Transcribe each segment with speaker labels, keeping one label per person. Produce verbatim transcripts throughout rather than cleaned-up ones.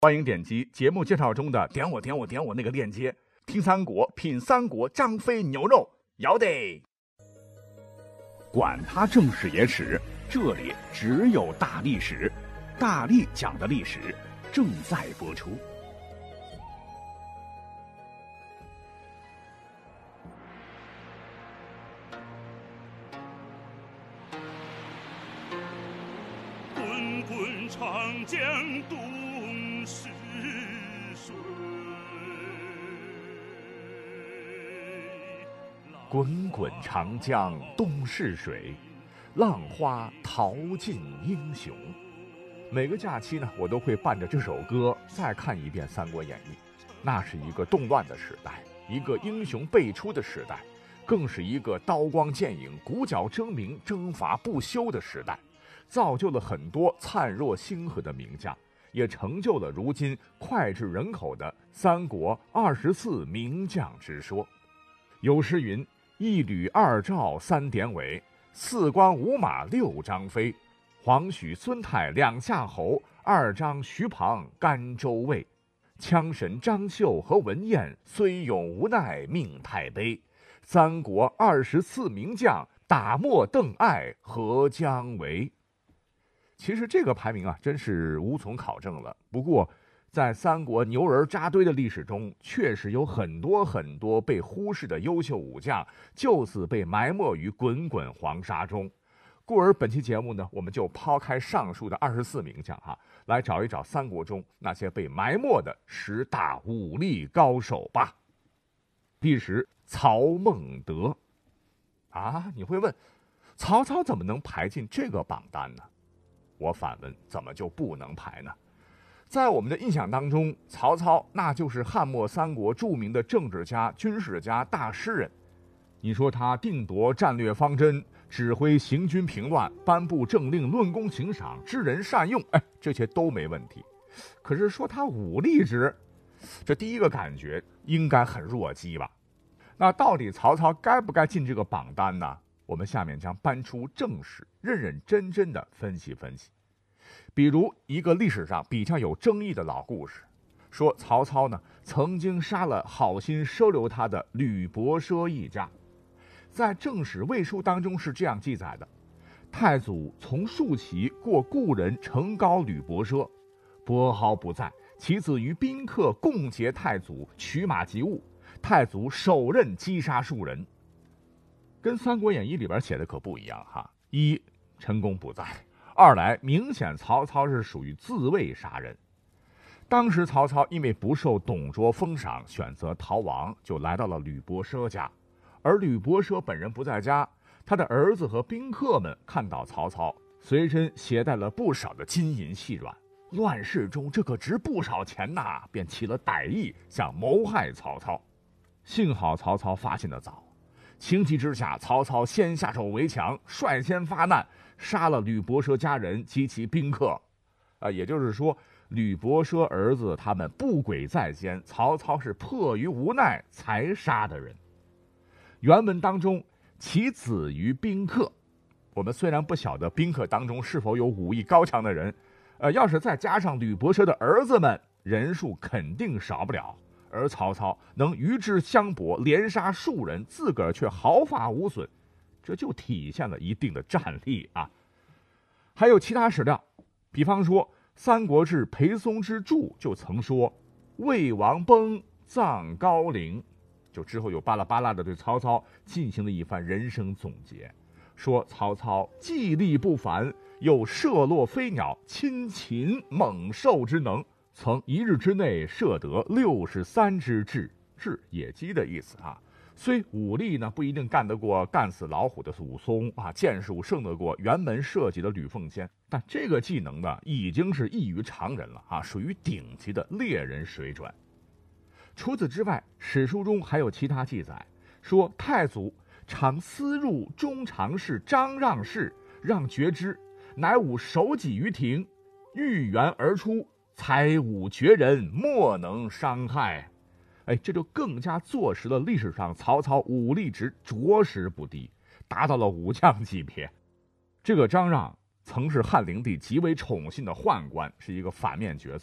Speaker 1: 欢迎点击节目介绍中的点我点我点我那个链接，听三国品三国张飞牛肉，要得！管他正史野史，这里只有大历史，大力讲的历史正在播出。
Speaker 2: 滚滚长江东逝水，
Speaker 1: 滚滚长江东逝水，浪花淘尽英雄。每个假期呢，我都会伴着这首歌再看一遍《三国演义》。那是一个动乱的时代，一个英雄辈出的时代，更是一个刀光剑影、鼓角争鸣、征伐不休的时代，造就了很多灿若星河的名将，也成就了如今脍炙人口的三国二十四名将之说。有诗云：一吕二赵三典韦，四关五马六张飞，黄许孙泰两夏侯，二张徐庞甘州卫。枪神张绣和文彦，虽勇无奈命太悲。三国二十四名将，打没邓艾何将为？其实这个排名啊，真是无从考证了。不过，在三国牛人扎堆的历史中，确实有很多很多被忽视的优秀武将，就此被埋没于滚滚黄沙中。故而本期节目呢，我们就抛开上述的二十四名将哈、啊，来找一找三国中那些被埋没的十大武力高手吧。第十，曹孟德。啊，你会问，曹操怎么能排进这个榜单呢？我反问，怎么就不能排呢？在我们的印象当中，曹操那就是汉末三国著名的政治家、军事家、大诗人。你说他定夺战略方针，指挥行军平乱，颁布政令，论功行赏，知人善用，哎，这些都没问题。可是说他武力值，这第一个感觉应该很弱鸡吧？那到底曹操该不该进这个榜单呢？我们下面将搬出正史，认认真真的分析分析。比如一个历史上比较有争议的老故事，说曹操呢曾经杀了好心收留他的吕伯奢一家。在正史魏书当中是这样记载的：太祖从树骑过故人成高吕伯奢，伯蒿不在，其子于宾客共劫太祖，取马及物，太祖手刃击杀数人。跟《三国演义》里边写的可不一样哈，一陈宫不在，二来明显曹操是属于自卫杀人。当时曹操因为不受董卓封赏，选择逃亡，就来到了吕伯奢家。而吕伯奢本人不在家，他的儿子和宾客们看到曹操随身携带了不少的金银细软，乱世中这可值不少钱呐，便起了歹意，想谋害曹操。幸好曹操发现的早，情急之下，曹操先下手为强，率先发难，杀了吕伯奢家人及其宾客。啊，也就是说，吕伯奢儿子他们不轨在先，曹操是迫于无奈才杀的人。原文当中，其子于宾客，我们虽然不晓得宾客当中是否有武艺高强的人，呃，要是再加上吕伯奢的儿子们，人数肯定少不了。而曹操能与之相搏，连杀数人，自个儿却毫发无损，这就体现了一定的战力啊。还有其他史料，比方说《三国志·裴松之注》就曾说：“魏王崩，葬高陵。”就之后有巴拉巴拉的对曹操进行了一番人生总结，说曹操技力不凡，有射落飞鸟、亲禽猛兽之能，曾一日之内射得六十三只雉，雉野鸡的意思啊。虽武力呢不一定干得过干死老虎的武松啊，剑术胜得过辕门射戟的吕奉先，但这个技能呢已经是异于常人了啊，属于顶级的猎人水准。除此之外，史书中还有其他记载，说太祖常私入中常侍张让氏，让决之，乃舞手戟于庭，御园而出，才武绝人，莫能伤害。哎，这就更加坐实了历史上曹操武力值着实不低，达到了武将级别。这个张让曾是汉灵帝极为宠信的宦官，是一个反面角色了。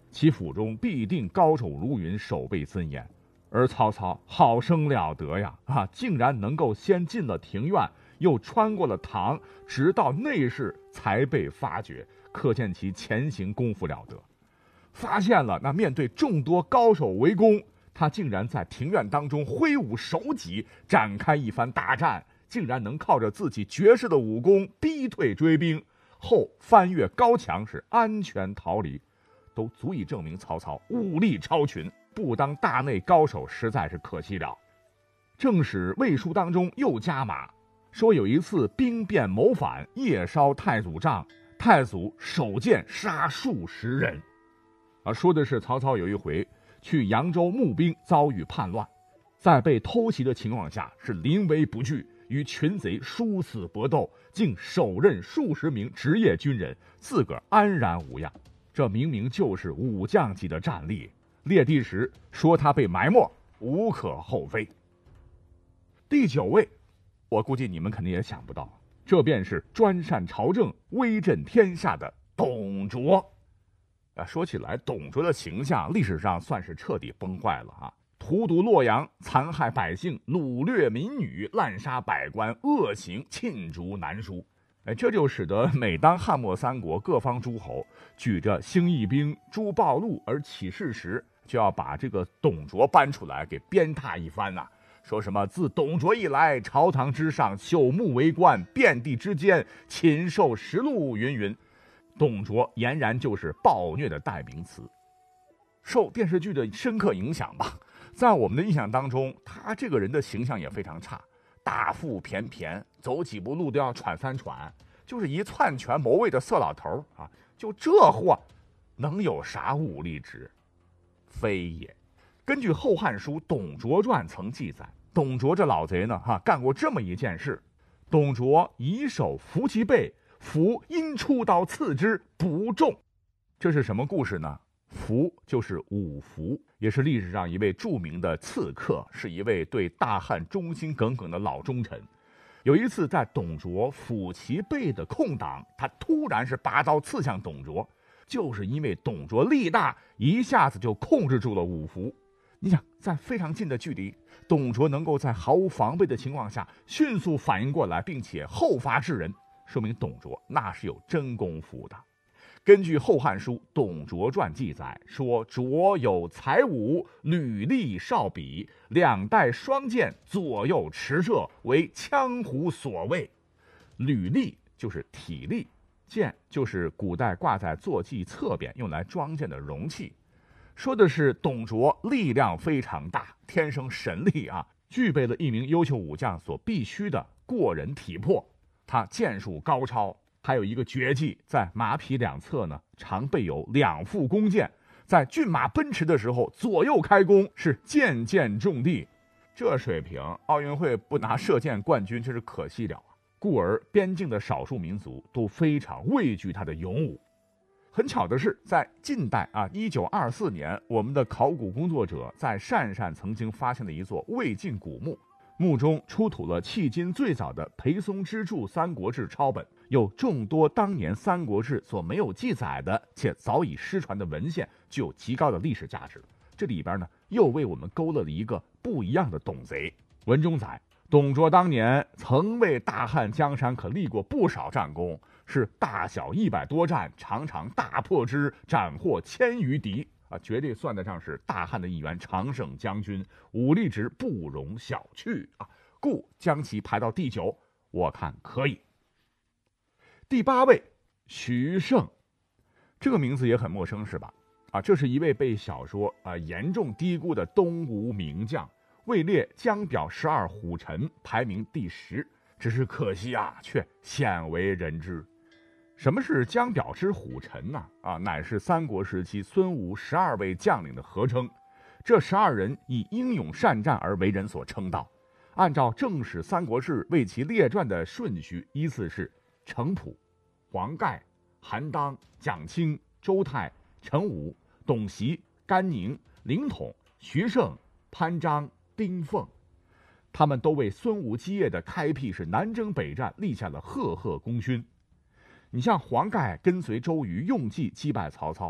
Speaker 1: 其府中必定高手如云，守备森严。而曹操好生了得呀，啊，竟然能够先进了庭院，又穿过了堂，直到内室才被发觉，可见其前行功夫了得。发现了，那面对众多高手围攻，他竟然在庭院当中挥舞手戟，展开一番大战，竟然能靠着自己绝世的武功逼退追兵，后翻越高墙，是安全逃离，都足以证明曹操武力超群，不当大内高手实在是可惜了。正史魏书当中又加码说，有一次兵变谋反，夜烧太祖帐，太祖手剑杀数十人。啊，说的是曹操有一回去扬州募兵，遭遇叛乱，在被偷袭的情况下是临危不惧，与群贼殊死搏斗，竟手刃数十名职业军人，自个儿安然无恙。这明明就是武将级的战力，列第十说他被埋没，无可厚非。第九位，我估计你们肯定也想不到，这便是专擅朝政、威震天下的董卓。啊，说起来，董卓的形象历史上算是彻底崩坏了啊！荼毒洛阳，残害百姓，掳掠民女，滥杀百官，恶行罄竹难书。哎，这就使得每当汉末三国各方诸侯举着兴义兵、诛暴戮而起事时，就要把这个董卓搬出来给鞭挞一番呐、啊。说什么自董卓以来，朝堂之上朽木为官，遍地之间禽兽食禄，云云。董卓俨然就是暴虐的代名词。受电视剧的深刻影响吧，在我们的印象当中，他这个人的形象也非常差，大腹便便，走几步路都要喘三喘，就是一篡权谋位的色老头啊！就这货，能有啥武力值？非也。根据《后汉书·董卓传》曾记载，董卓这老贼呢，哈、啊，干过这么一件事：董卓以手扶其背，扶因出刀刺之，不中。这是什么故事呢？扶就是五福，也是历史上一位著名的刺客，是一位对大汉忠心耿耿的老忠臣。有一次在董卓抚其背的空档，他突然是拔刀刺向董卓，就是因为董卓力大，一下子就控制住了五福。你想，在非常近的距离，董卓能够在毫无防备的情况下迅速反应过来，并且后发制人，说明董卓那是有真功夫的。根据《后汉书·董卓传》记载说，卓有才武，履历少比，两带双剑，左右持射，为羌胡所畏。履历就是体力，剑就是古代挂在坐骑侧边用来装剑的容器。说的是董卓力量非常大，天生神力啊，具备了一名优秀武将所必须的过人体魄。他剑术高超，还有一个绝技，在马匹两侧呢，常备有两副弓箭，在骏马奔驰的时候，左右开弓，是箭箭中地。这水平，奥运会不拿射箭冠军真是可惜了啊！故而边境的少数民族都非常畏惧他的勇武。很巧的是，在近代啊，一九二四年，我们的考古工作者在鄯善曾经发现了一座魏晋古墓，墓中出土了迄今最早的裴松之著《三国志》抄本，有众多当年《三国志》所没有记载的且早已失传的文献，具有极高的历史价值。这里边呢，又为我们勾勒了一个不一样的董贼。文中载，董卓当年曾为大汉江山可立过不少战功，是大小一百多战，常常大破之，斩获千余敌啊，绝对算得上是大汉的一员常胜将军，武力值不容小觑啊，故将其排到第九，我看可以。第八位，徐盛，这个名字也很陌生是吧？啊，这是一位被小说啊严重低估的东吴名将，位列江表十二虎臣，排名第十。只是可惜啊，却鲜为人知。什么是江表之虎臣呢？啊，乃是三国时期孙吴十二位将领的合称。这十二人以英勇善战而为人所称道。按照正史《三国志》为其列传的顺序，依次是程普、黄盖、韩当、蒋钦、周泰、陈武、董袭、甘宁、凌统、徐盛、潘璋、丁奉。他们都为孙吴基业的开辟是南征北战立下了赫赫功勋。你像黄盖跟随周瑜用计击败曹操，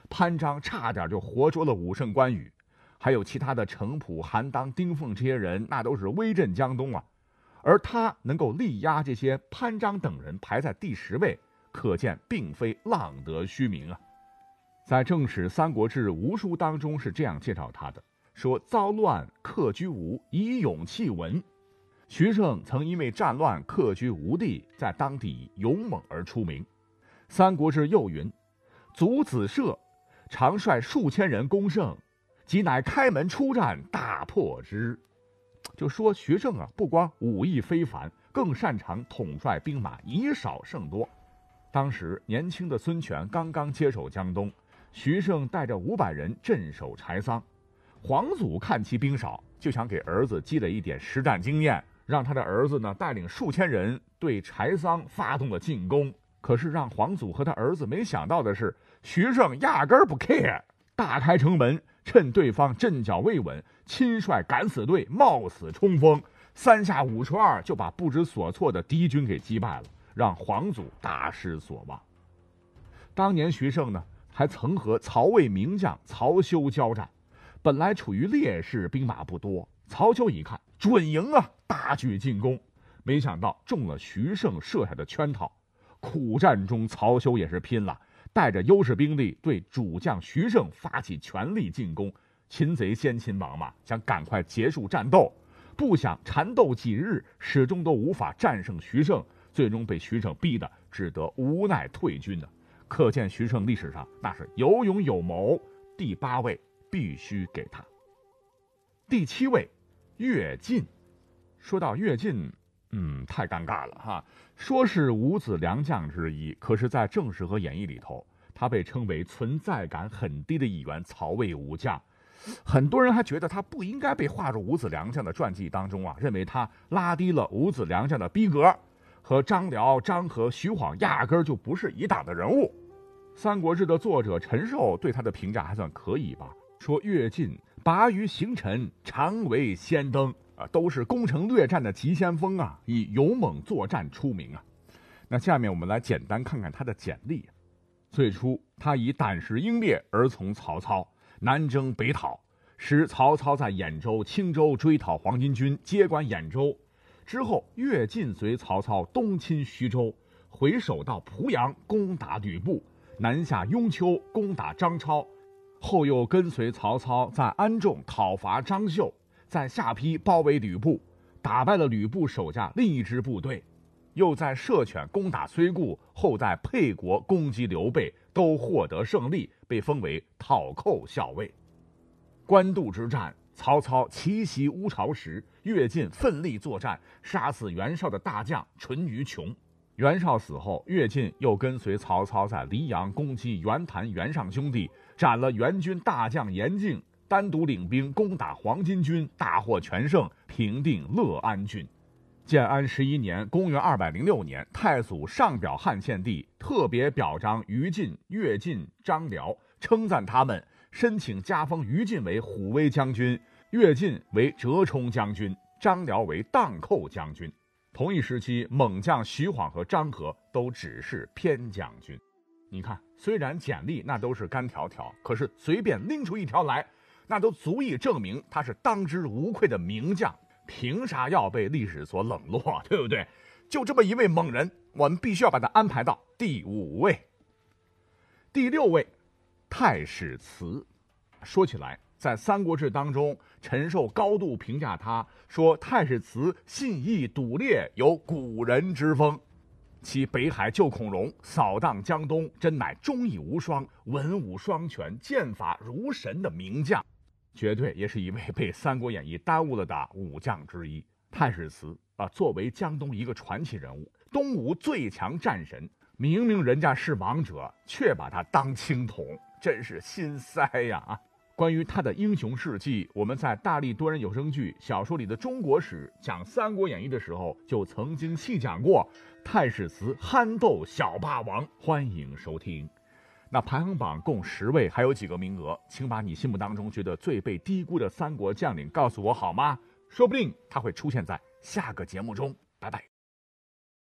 Speaker 1: 潘璋差点就活捉了武圣关羽，还有其他的程普、韩当、丁奉这些人，那都是威震江东啊。而他能够力压这些潘璋等人排在第十位，可见并非浪得虚名啊。在正史《三国志·吴书》当中是这样介绍他的，说遭乱客居吴，以勇弃文。徐盛曾因为战乱客居吴地，在当地勇猛而出名。《三国志》又云：祖子社常率数千人攻胜，即乃开门出战，大破之。就说徐盛啊，不光武艺非凡，更擅长统帅兵马，以少胜多。当时年轻的孙权刚刚接手江东，徐盛带着五百人镇守柴桑。黄祖看其兵少，就想给儿子积累一点实战经验，让他的儿子呢带领数千人对柴桑发动了进攻。可是让黄祖和他儿子没想到的是，徐盛压根儿不 care， 大开城门，趁对方阵脚未稳，亲率敢死队冒死冲锋，三下五除二就把不知所措的敌军给击败了，让黄祖大失所望。当年徐盛呢，还曾和曹魏名将曹休交战，本来处于劣势，兵马不多。曹休一看准赢啊，大举进攻，没想到中了徐盛设下的圈套。苦战中，曹休也是拼了，带着优势兵力对主将徐盛发起全力进攻。擒贼先擒王嘛，想赶快结束战斗，不想缠斗几日，始终都无法战胜徐盛，最终被徐盛逼得只得无奈退军了。可见徐盛历史上那是有勇有谋。第八位必须给他。第七位，乐进。说到乐进，嗯，太尴尬了哈。说是五子良将之一，可是在正史和演义里头，他被称为存在感很低的一员曹魏武将。很多人还觉得他不应该被划入五子良将的传记当中啊，认为他拉低了五子良将的逼格，和张辽、张合、徐晃压根儿就不是一档的人物。《三国志》的作者陈寿对他的评价还算可以吧，说乐进拔于行臣，常为先登啊，都是攻城略战的急先锋啊，以勇猛作战出名啊。那下面我们来简单看看他的简历。最初他以胆识英烈而从曹操，南征北讨，使曹操在兖州、青州追讨黄巾军，接管兖州。之后乐进随曹操东侵徐州，回守到濮阳，攻打吕布，南下雍丘，攻打张超，后又跟随曹操在安众讨伐张绣，在下邳包围吕布，打败了吕布手下另一支部队，又在射犬攻打崔固，后在沛国攻击刘备，都获得胜利，被封为讨寇校尉。官渡之战，曹操奇袭乌巢时，乐进奋力作战，杀死袁绍的大将淳于琼。袁绍死后，乐进又跟随曹操在黎阳攻击袁谭、袁尚兄弟，斩了袁军大将严敬，单独领兵攻打黄巾军，大获全胜，平定乐安郡。建安十一年，公元二百零六年，太祖上表汉献帝，特别表彰于禁、乐进、张辽，称赞他们，申请加封于禁为虎威将军，乐进为折冲将军，张辽为荡寇将军。同一时期，猛将徐晃和张合都只是偏将军。你看，虽然简历那都是干条条，可是随便拎出一条来，那都足以证明他是当之无愧的名将。凭啥要被历史所冷落，对不对？就这么一位猛人，我们必须要把他安排到第五位。第六位，太史慈。说起来，在《三国志》当中，陈寿高度评价他，说太史慈信义笃烈，有古人之风。其北海救孔融，扫荡江东，真乃忠义无双，文武双全，剑法如神的名将。绝对也是一位被《三国演义》耽误了的武将之一。太史慈啊，作为江东一个传奇人物，东吴最强战神，明明人家是王者，却把他当青铜，真是心塞呀！啊，关于他的英雄事迹，我们在大力多人有声剧小说里的中国史讲《三国演义》的时候，就曾经细讲过太史慈憨斗小霸王，欢迎收听。那排行榜共十位，还有几个名额，请把你心目当中觉得最被低估的三国将领告诉我好吗？说不定他会出现在下个节目中。拜拜。